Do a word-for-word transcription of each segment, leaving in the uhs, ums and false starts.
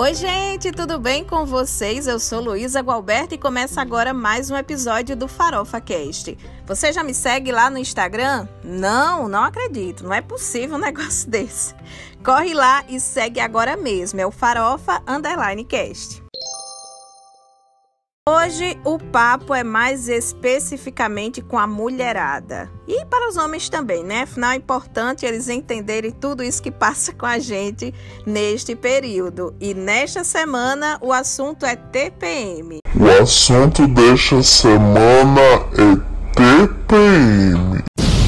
Oi gente, tudo bem com vocês? Eu sou Luísa Gualberto e começa agora mais um episódio do Farofa Cast. Você já me segue lá no Instagram? Não, não acredito, não é possível um negócio desse. Corre lá e segue agora mesmo, é o Farofa Underline Cast. Hoje o papo é mais especificamente com a mulherada. E para os homens também, né? Afinal é importante eles entenderem tudo isso que passa com a gente neste período. E nesta semana o assunto é T P M. O assunto desta semana é T P M.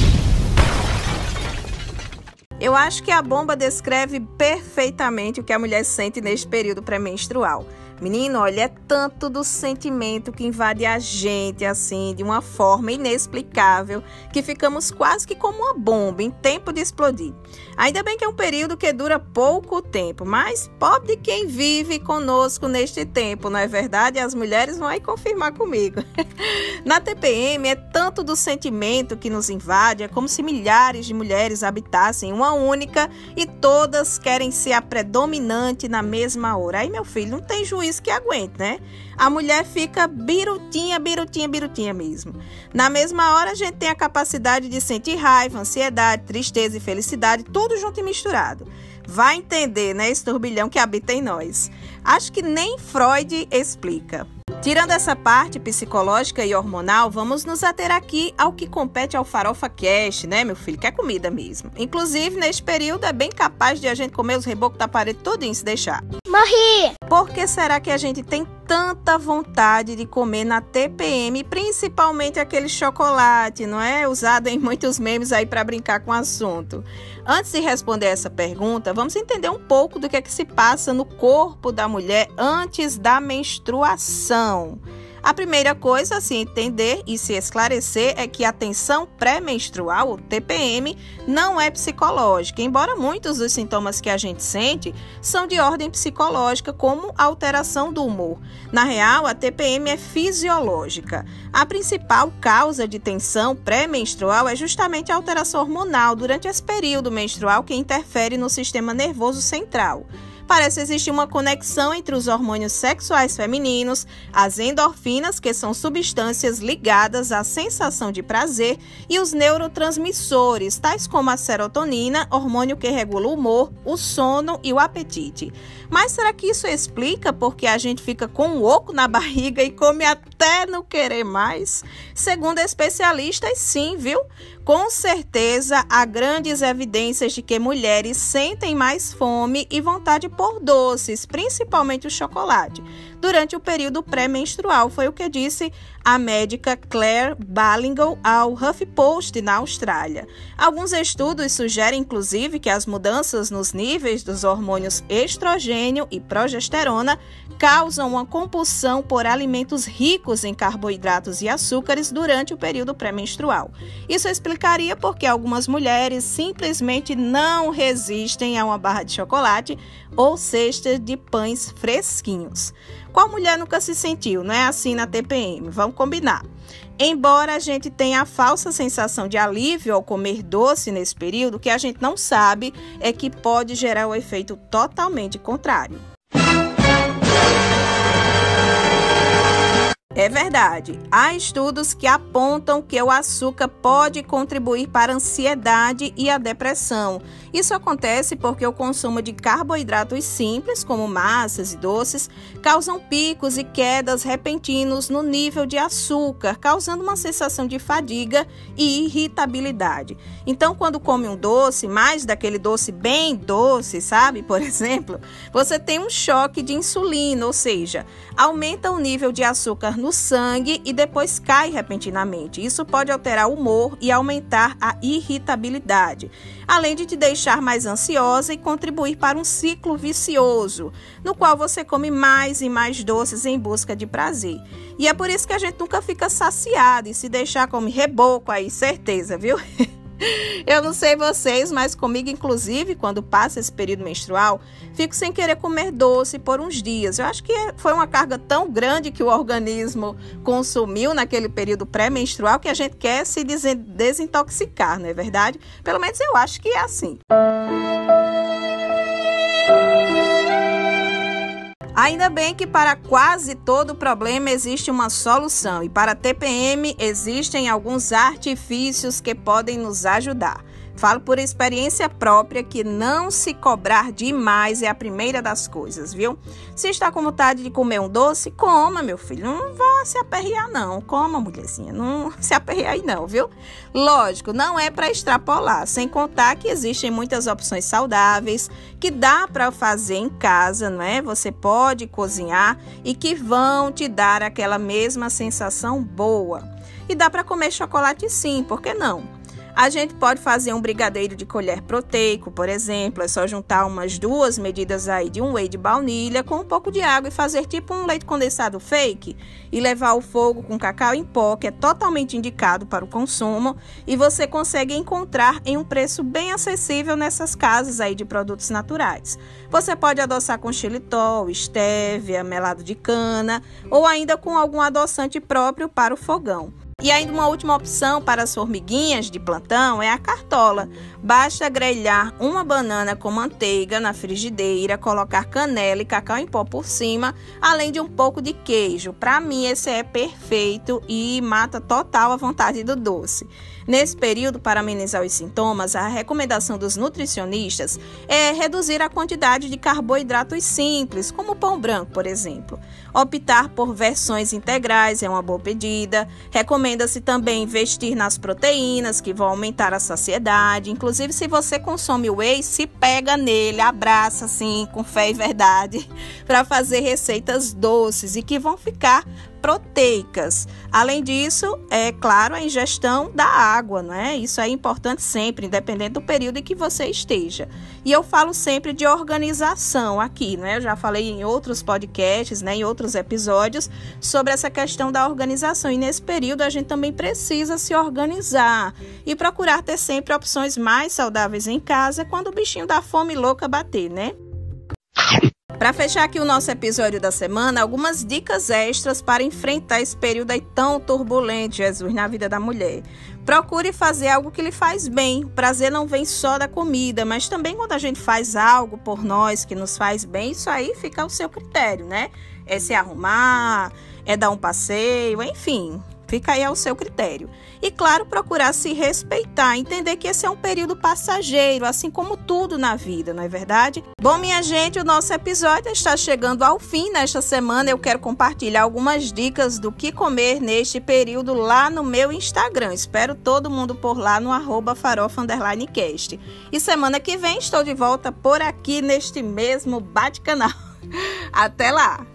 Eu acho que a bomba descreve perfeitamente o que a mulher sente neste período pré-menstrual. Menino, olha, é tanto do sentimento que invade a gente, assim, de uma forma inexplicável, que ficamos quase que como uma bomba, em tempo de explodir. Ainda bem que é um período que dura pouco tempo, mas pobre de quem vive conosco neste tempo, não é verdade? As mulheres vão aí confirmar comigo. Na T P M é tanto do sentimento que nos invade, é como se milhares de mulheres habitassem uma única e todas querem ser a predominante na mesma hora. Aí, meu filho, não tem juízo que aguente, né? A mulher fica birutinha, birutinha, birutinha mesmo. Na mesma hora, a gente tem a capacidade de sentir raiva, ansiedade, tristeza e felicidade, tudo junto e misturado. Vai entender, né, esse turbilhão que habita em nós. Acho que nem Freud explica. Tirando essa parte psicológica e hormonal, vamos nos ater aqui ao que compete ao Farofa Cast, né, meu filho? Que é comida mesmo. Inclusive, neste período, é bem capaz de a gente comer os rebocos da parede todinho se deixar. Morri! Por que será que a gente tem tanta vontade de comer na T P M, principalmente aquele chocolate, não é? Usado em muitos memes aí para brincar com o assunto. Antes de responder essa pergunta, vamos entender um pouco do que é que se passa no corpo da mulher antes da menstruação. A primeira coisa a se entender e se esclarecer é que a tensão pré-menstrual, ou T P M, não é psicológica, embora muitos dos sintomas que a gente sente são de ordem psicológica, como a alteração do humor. Na real, a T P M é fisiológica. A principal causa de tensão pré-menstrual é justamente a alteração hormonal durante esse período menstrual que interfere no sistema nervoso central. Parece existir uma conexão entre os hormônios sexuais femininos, as endorfinas, que são substâncias ligadas à sensação de prazer, e os neurotransmissores, tais como a serotonina, hormônio que regula o humor, o sono e o apetite. Mas será que isso explica porque a gente fica com um oco na barriga e come até não querer mais? Segundo especialistas, sim, viu? Com certeza, há grandes evidências de que mulheres sentem mais fome e vontade por doces, principalmente o chocolate, durante o período pré-menstrual. Foi o que disse a médica Claire Ballingall ao HuffPost, na Austrália. Alguns estudos sugerem, inclusive, que as mudanças nos níveis dos hormônios estrogênio e progesterona causam uma compulsão por alimentos ricos em carboidratos e açúcares durante o período pré-menstrual. Isso explicaria porque algumas mulheres simplesmente não resistem a uma barra de chocolate ou cesta de pães fresquinhos. Qual mulher nunca se sentiu, não é assim na T P M? Vamos combinar. Embora a gente tenha a falsa sensação de alívio ao comer doce nesse período, o que a gente não sabe é que pode gerar o efeito totalmente contrário. É verdade, há estudos que apontam que o açúcar pode contribuir para a ansiedade e a depressão. Isso acontece porque o consumo de carboidratos simples, como massas e doces, causam picos e quedas repentinos no nível de açúcar, causando uma sensação de fadiga e irritabilidade. Então, quando come um doce, mais daquele doce bem doce, sabe? Por exemplo, você tem um choque de insulina, ou seja, aumenta o nível de açúcar no sangue e depois cai repentinamente. Isso pode alterar o humor e aumentar a irritabilidade, além de te deixar mais ansiosa e contribuir para um ciclo vicioso, no qual você come mais e mais doces em busca de prazer. E é por isso que a gente nunca fica saciado e se deixar come reboco aí, certeza, viu? Eu não sei vocês, mas comigo, inclusive, quando passa esse período menstrual, fico sem querer comer doce por uns dias. Eu acho que foi uma carga tão grande que o organismo consumiu naquele período pré-menstrual que a gente quer se desintoxicar, não é verdade? Pelo menos eu acho que é assim. Ainda bem que para quase todo problema existe uma solução e para a T P M existem alguns artifícios que podem nos ajudar. Falo por experiência própria que não se cobrar demais é a primeira das coisas, viu? Se está com vontade de comer um doce, coma, meu filho. Não vá se aperrear, não. Coma, mulherzinha. Não se aperrear aí, não, viu? Lógico, não é para extrapolar. Sem contar que existem muitas opções saudáveis que dá para fazer em casa, não é? Você pode cozinhar e que vão te dar aquela mesma sensação boa. E dá para comer chocolate sim, por que não? A gente pode fazer um brigadeiro de colher proteico, por exemplo. É só juntar umas duas medidas aí de um whey de baunilha com um pouco de água e fazer tipo um leite condensado fake e levar ao fogo com cacau em pó, que é totalmente indicado para o consumo e você consegue encontrar em um preço bem acessível nessas casas aí de produtos naturais. Você pode adoçar com xilitol, estévia, melado de cana ou ainda com algum adoçante próprio para o fogão. E ainda uma última opção para as formiguinhas de plantão é a cartola. Basta grelhar uma banana com manteiga na frigideira, colocar canela e cacau em pó por cima, além de um pouco de queijo. Para mim, esse é perfeito e mata total a vontade do doce. Nesse período, para amenizar os sintomas, a recomendação dos nutricionistas é reduzir a quantidade de carboidratos simples, como o pão branco, por exemplo. Optar por versões integrais é uma boa pedida. Recomenda-se também investir nas proteínas, que vão aumentar a saciedade. Inclusive, se você consome whey, se pega nele, abraça assim, com fé e verdade, para fazer receitas doces e que vão ficar proteicas. Além disso, é claro, a ingestão da água, não é? Isso é importante sempre, independente do período em que você esteja. E eu falo sempre de organização aqui, não é? Eu já falei em outros podcasts, né, em outros episódios, sobre essa questão da organização. E nesse período a gente também precisa se organizar e procurar ter sempre opções mais saudáveis em casa quando o bichinho da fome louca bater, né? Para fechar aqui o nosso episódio da semana, algumas dicas extras para enfrentar esse período aí tão turbulento, Jesus, na vida da mulher. Procure fazer algo que lhe faz bem. O prazer não vem só da comida, mas também quando a gente faz algo por nós que nos faz bem, isso aí fica ao seu critério, né? É se arrumar, é dar um passeio, enfim. Fica aí ao seu critério. E, claro, procurar se respeitar, entender que esse é um período passageiro, assim como tudo na vida, não é verdade? Bom, minha gente, o nosso episódio está chegando ao fim. Nesta semana eu quero compartilhar algumas dicas do que comer neste período lá no meu Instagram. Espero todo mundo por lá no arroba farofa underline cast. E semana que vem estou de volta por aqui neste mesmo bate-canal. Até lá!